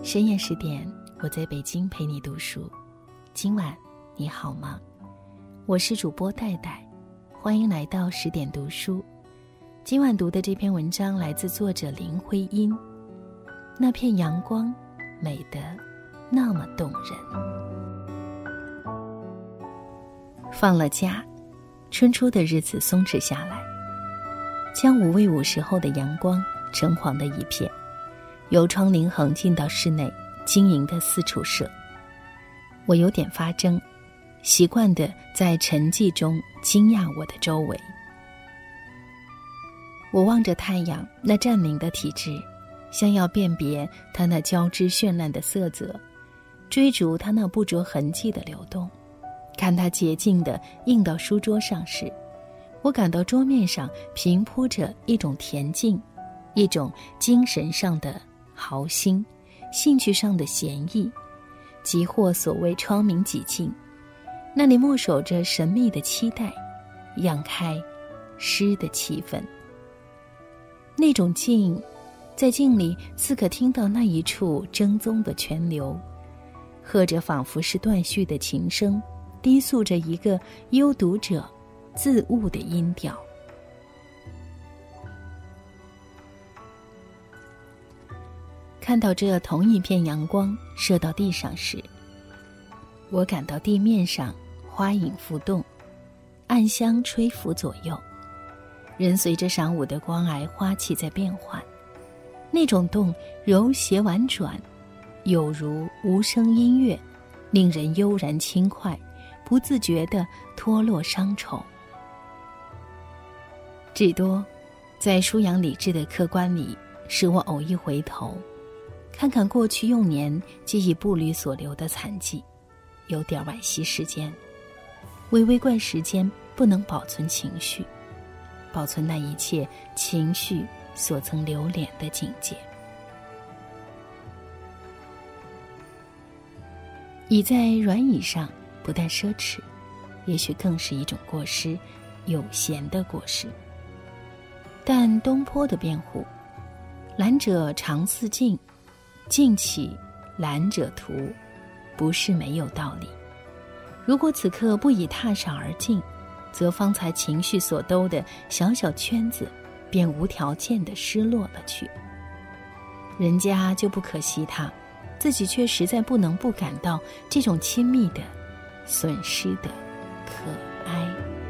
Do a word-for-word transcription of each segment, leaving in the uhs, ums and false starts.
深夜十点，我在北京陪你读书。今晚你好吗？我是主播戴戴，欢迎来到十点读书。今晚读的这篇文章来自作者林徽因。那片阳光，美得那么动人。放了假，春初的日子松弛下来，将午未午时后的阳光橙黄的一片，由窗棂横进到室内，晶莹的四处射。我有点发怔，习惯地在沉寂中惊讶我的周围。我望着太阳那湛明的体质，像要辨别它那交织绚烂的色泽，追逐它那不着痕迹的流动。看它洁净地映到书桌上时，我感到桌面上平铺着一种恬静，一种精神上的豪兴，兴趣上的闲逸，即或所谓窗明几净，那里默守着神秘的期待，漾开诗的气氛。那种静，在静里似可听到那一处正宗的泉流，和着仿佛是断续的琴声，低诉着一个幽读者自悟的音调。看到这同一片阳光射到地上时，我感到地面上花影浮动，暗香吹拂左右，人随着晌午的光挨花气在变换，那种动柔谐婉转，有如无声音乐，令人悠然轻快，不自觉地脱落伤愁。至多在舒扬理智的客观里，使我偶一回头，看看过去幼年记忆步履所留的残迹，有点惋惜时间，微微怪时间不能保存情绪，保存那一切情绪所曾留恋的境界。倚在软椅上，不但奢侈，也许更是一种过失，有闲的过失。但东坡的辩护，懒者常似镜，镜起懒者图，不是没有道理。如果此刻不以踏上而进，则方才情绪所兜的小小圈子便无条件地失落了去。人家就不可惜他，自己却实在不能不感到这种亲密的损失的可哀。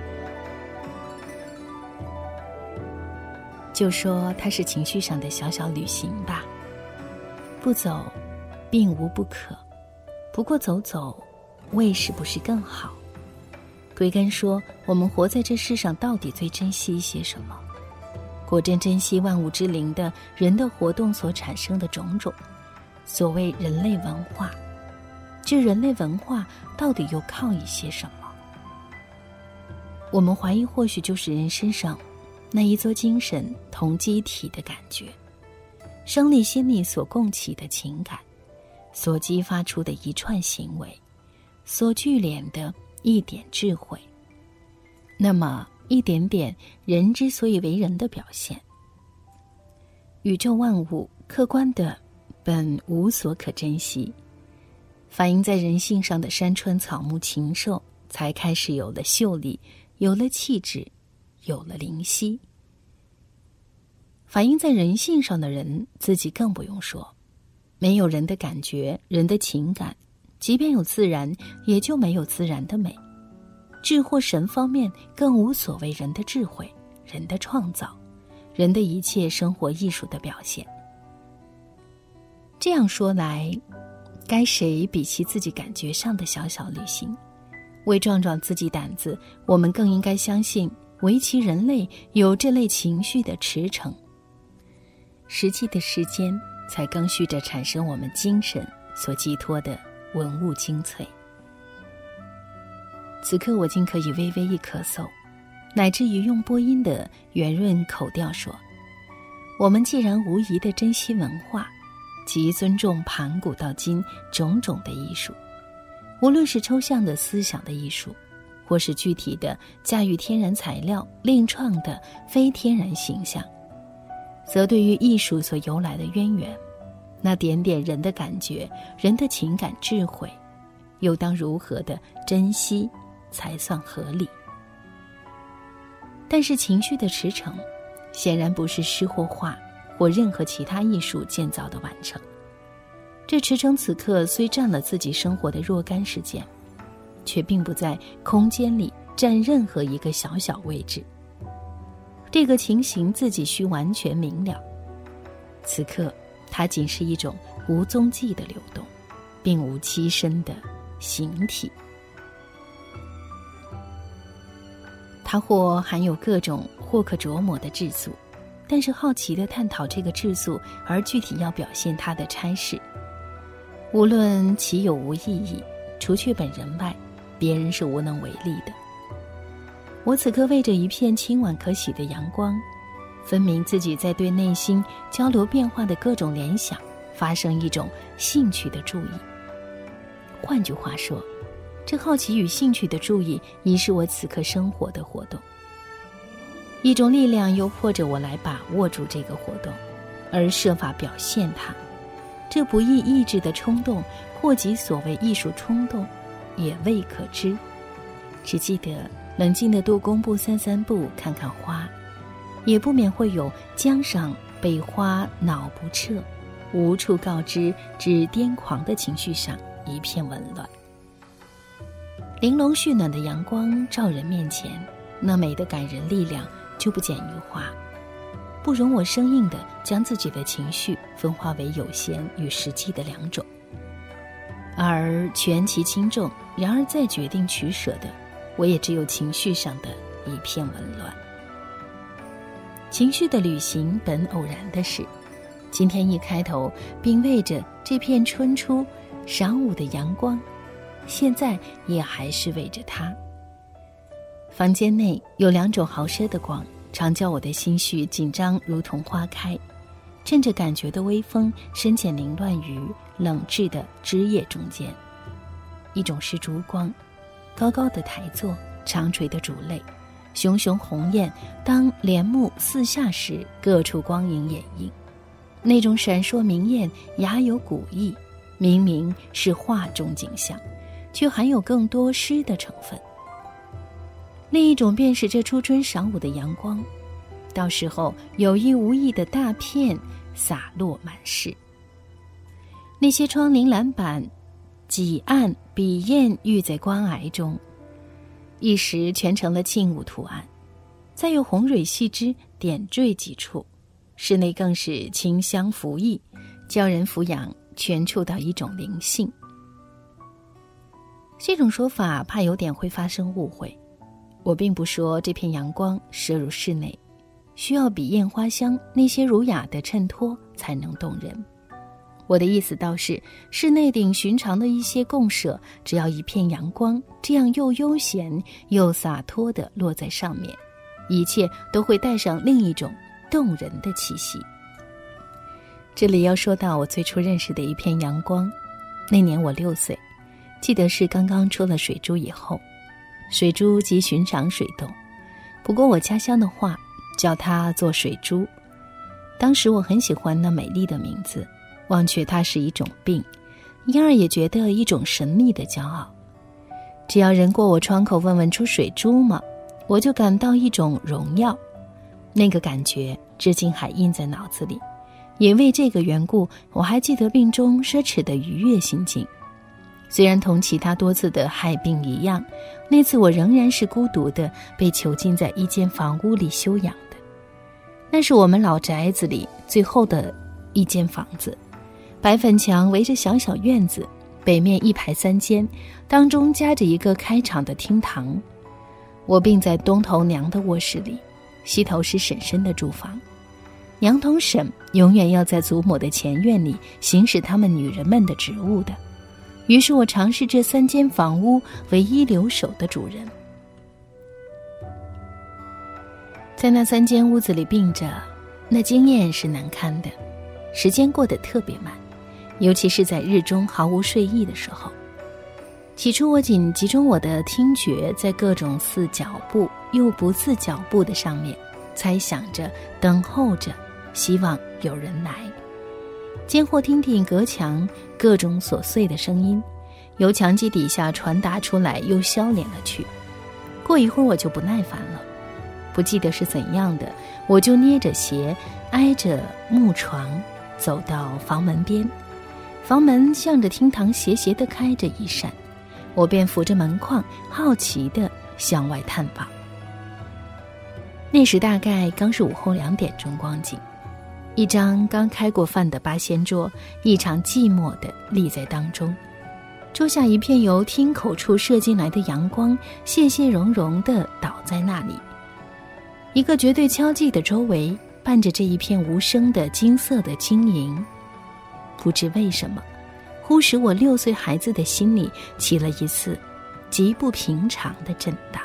就说它是情绪上的小小旅行吧，不走并无不可，不过走走为是不是更好？归根说，我们活在这世上到底最珍惜一些什么？果真珍惜万物之灵的人的活动所产生的种种，所谓人类文化，这人类文化到底又靠一些什么？我们怀疑或许就是人身上那一座精神同机体的感觉，生理心理所共起的情感，所激发出的一串行为，所聚敛的一点智慧，那么一点点人之所以为人的表现。宇宙万物客观的本无所可珍惜，反映在人性上的山川草木禽兽才开始有了秀丽，有了气质，有了灵犀。反映在人性上的人自己更不用说，没有人的感觉，人的情感，即便有自然，也就没有自然的美。智或神方面更无所谓人的智慧，人的创造，人的一切生活艺术的表现。这样说来，该谁比起自己感觉上的小小旅行？为壮壮自己胆子，我们更应该相信唯其人类有这类情绪的驰骋。实际的时间才更续着产生我们精神所寄托的文物精粹。此刻我竟可以微微一咳嗽，乃至于用播音的圆润口调说，我们既然无疑地珍惜文化，即尊重盘古到今种种的艺术，无论是抽象的思想的艺术，或是具体的驾驭天然材料另创的非天然形象，则对于艺术所由来的渊源， 那点点人的感觉，人的情感智慧，又当如何的珍惜才算合理？但是情绪的驰骋，显然不是诗或画或任何其他艺术建造的完成。这驰骋此刻虽占了自己生活的若干时间，却并不在空间里占任何一个小小位置。这个情形自己需完全明了，此刻它仅是一种无踪迹的流动，并无栖身的形体。它或含有各种或可琢磨的质素，但是好奇地探讨这个质素，而具体要表现它的差事，无论其有无意义，除却本人外，别人是无能为力的。我此刻为着一片清晚可喜的阳光，分明自己在对内心交流变化的各种联想发生一种兴趣的注意。换句话说，这好奇与兴趣的注意已是我此刻生活的活动。一种力量又迫着我来把握住这个活动，而设法表现它。这不易抑制的冲动，或即所谓艺术冲动，也未可知。只记得冷静地渡公步散散步，看看花，也不免会有江上被花恼不彻，无处告知至癫狂的情绪上一片紊乱。玲珑煦暖的阳光照人面前，那美的感人力量就不减于花，不容我生硬地将自己的情绪分化为有限与实际的两种，而权其轻重，然而再决定取舍的，我也只有情绪上的一片紊乱。情绪的旅行本偶然的事，今天一开头并为着这片春初晌午的阳光，现在也还是为着它。房间内有两种豪奢的光，常叫我的心绪紧张如同花开，趁着感觉的微风，深浅凌乱于冷炙的枝叶中间。一种是烛光，高高的台座，长垂的烛泪，熊熊红焰，当帘幕四下时，各处光影掩映，那种闪烁明艳，雅有古意，明明是画中景象，却含有更多诗的成分。另一种便是这初春晌午的阳光，到时候有意无意的大片洒落满室。那些窗棂栏板几案笔砚郁在光霭中，一时全成了庆舞图案，再有红蕊细枝点缀几处，室内更是清香浮溢，叫人俯仰全触到一种灵性。这种说法怕有点会发生误会，我并不说这片阳光射入室内需要笔砚花香那些儒雅的衬托才能动人。我的意思倒是，室内顶寻常的一些共舍，只要一片阳光，这样又悠闲又洒脱地落在上面，一切都会带上另一种动人的气息。这里要说到我最初认识的一片阳光，那年我六岁，记得是刚刚出了水珠以后。水珠即寻常水洞，不过我家乡的话叫它做水珠。当时我很喜欢那美丽的名字，忘却它是一种病，因而也觉得一种神秘的骄傲。只要人过我窗口问问出水珠吗，我就感到一种荣耀，那个感觉至今还印在脑子里。也为这个缘故，我还记得病中奢侈的愉悦心境。虽然同其他多次的害病一样，那次我仍然是孤独的被囚禁在一间房屋里休养的。那是我们老宅子里最后的一间房子，白粉墙围着小小院子，北面一排三间，当中夹着一个开敞的厅堂。我并在东头娘的卧室里，西头是婶婶的住房。娘同婶永远要在祖母的前院里行使她们女人们的职务的，于是我尝试这三间房屋唯一留守的主人。在那三间屋子里病着，那经验是难堪的，时间过得特别慢，尤其是在日中毫无睡意的时候。起初我仅集中我的听觉在各种似脚步又不似脚步的上面，猜想着，等候着，希望有人来。 间或听听隔墙各种琐碎的声音，由墙基底下传达出来，又消敛了去。过一会儿我就不耐烦了，不记得是怎样的，我就捏着鞋挨着木床走到房门边，房门向着厅堂斜斜地开着一扇，我便扶着门框好奇地向外探望。那时大概刚是午后两点钟光景，一张刚开过饭的八仙桌异常寂寞地立在当中，桌下一片由厅口处射进来的阳光谢谢融融地倒在那里，一个绝对敲寂的周围伴着这一片无声的金色的晶莹。不知为什么，忽使我六岁孩子的心里起了一次极不平常的震荡。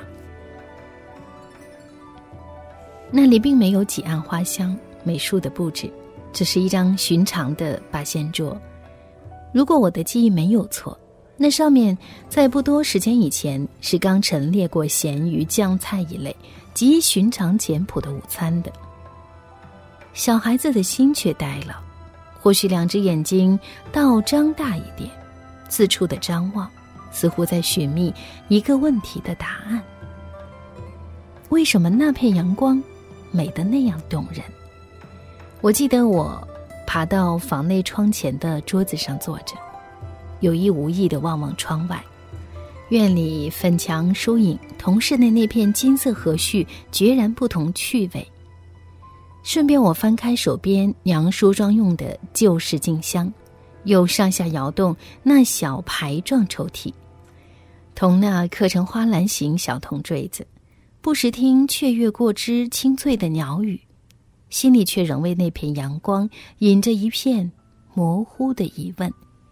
那里并没有几案花香美术的布置，只是一张寻常的八仙桌。如果我的记忆没有错，那上面在不多时间以前是刚陈列过咸鱼酱菜一类极寻常简朴的午餐的。小孩子的心却呆了，或许两只眼睛倒张大一点，四处的张望，似乎在寻觅一个问题的答案。为什么那片阳光美得那样动人？我记得我爬到房内窗前的桌子上坐着，有意无意地望望窗外，院里粉墙疏影同室内那片金色和煦决然不同趣味。顺便我翻开手边娘梳妆用的旧式镜箱，又上下摇动那小牌状抽屉，同那刻成花篮形小铜坠子，不时听雀跃过枝清脆的鸟语，心里却仍为那片阳光引着一片模糊的疑问。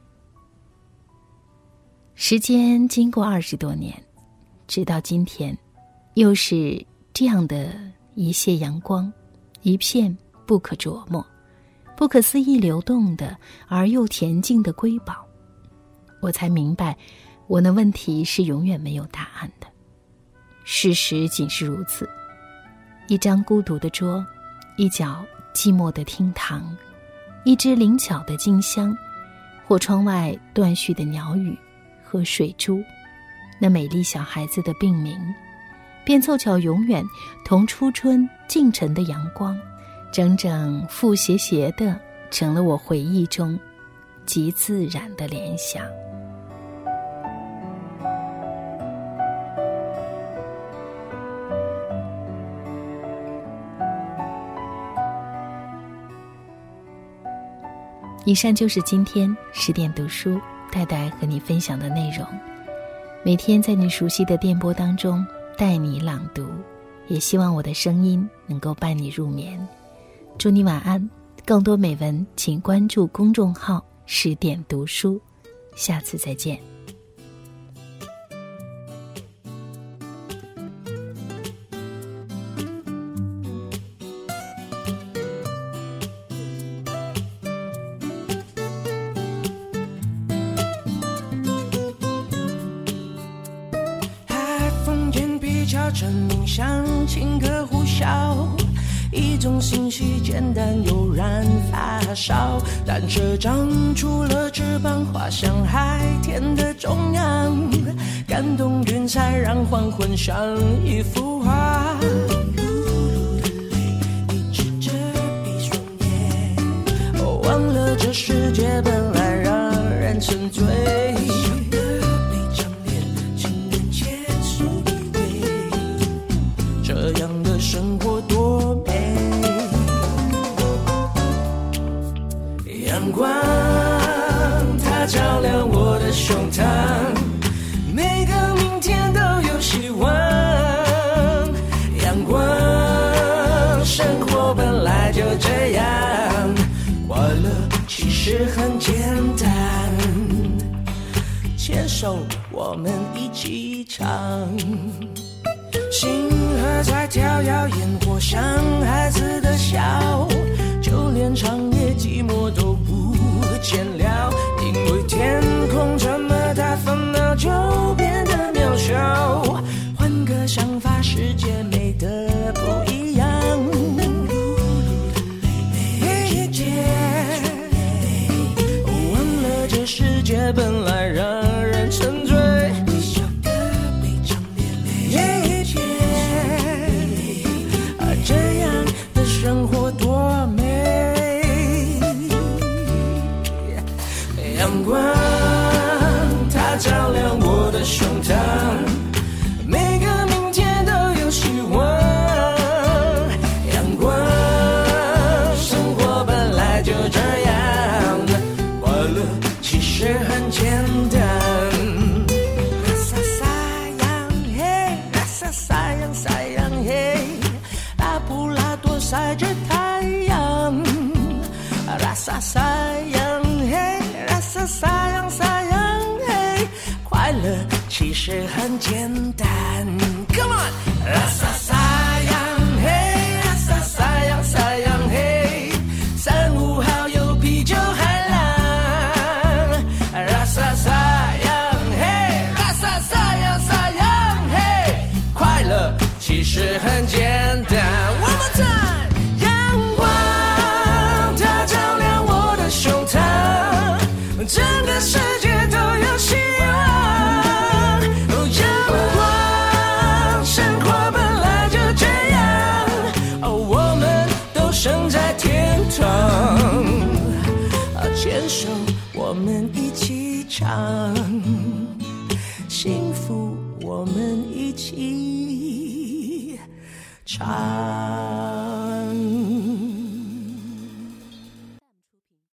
时间经过二十多年，直到今天，又是这样的一泻阳光，一片不可琢磨、不可思议流动的而又恬静的瑰宝，我才明白，我的问题是永远没有答案的。事实仅是如此，一张孤独的桌，一角寂寞的厅堂，一只灵巧的镜箱，或窗外断续的鸟语和水珠，那美丽小孩子的病名，便凑巧永远同初春近晨的阳光，整整复斜斜的成了我回忆中极自然的联想。以上就是今天十点读书戴戴和你分享的内容，每天在你熟悉的电波当中带你朗读，也希望我的声音能够伴你入眠。祝你晚安，更多美文请关注公众号十点读书，下次再见。 蝉鸣响，情歌呼啸，一种欣喜简单悠然发烧。单车长出了翅膀，滑向海天的中央，感动云彩让黄昏像一幅画。你指着闭双眼，忘了这世界本来让人沉醉。这样的生活多美，阳光它照亮我的胸膛，每个明天都有希望。阳光，生活本来就这样，快乐其实很简单，牵手我们一起唱。星河在跳跃，烟火像孩子的笑，就连长夜寂寞都不见了，因为天空这么大，烦恼就变得渺小。换个想法，世界美得不一样。每一天个世界本来让人沉醉，你笑得悲伤烈烈，啊，这样的生活多美。阳光它照亮我的胸膛，每个明天都有希望。阳光，生活本来就这样，快乐其实很简单。拉萨萨洋嘿，拉萨萨洋萨洋嘿，拉布拉多晒着太阳，拉萨萨洋嘿，拉萨萨洋萨洋嘿，快乐其实很简单。Come on， 拉萨萨洋嘿，拉萨萨洋萨洋嘿，三五好友啤酒海浪，拉萨萨洋嘿，拉萨萨洋萨洋嘿，快乐其实很简单。One more time， 阳光它照亮我的胸膛，整个世界都有希望。生在天堂，牵手我们一起唱，幸福我们一起唱。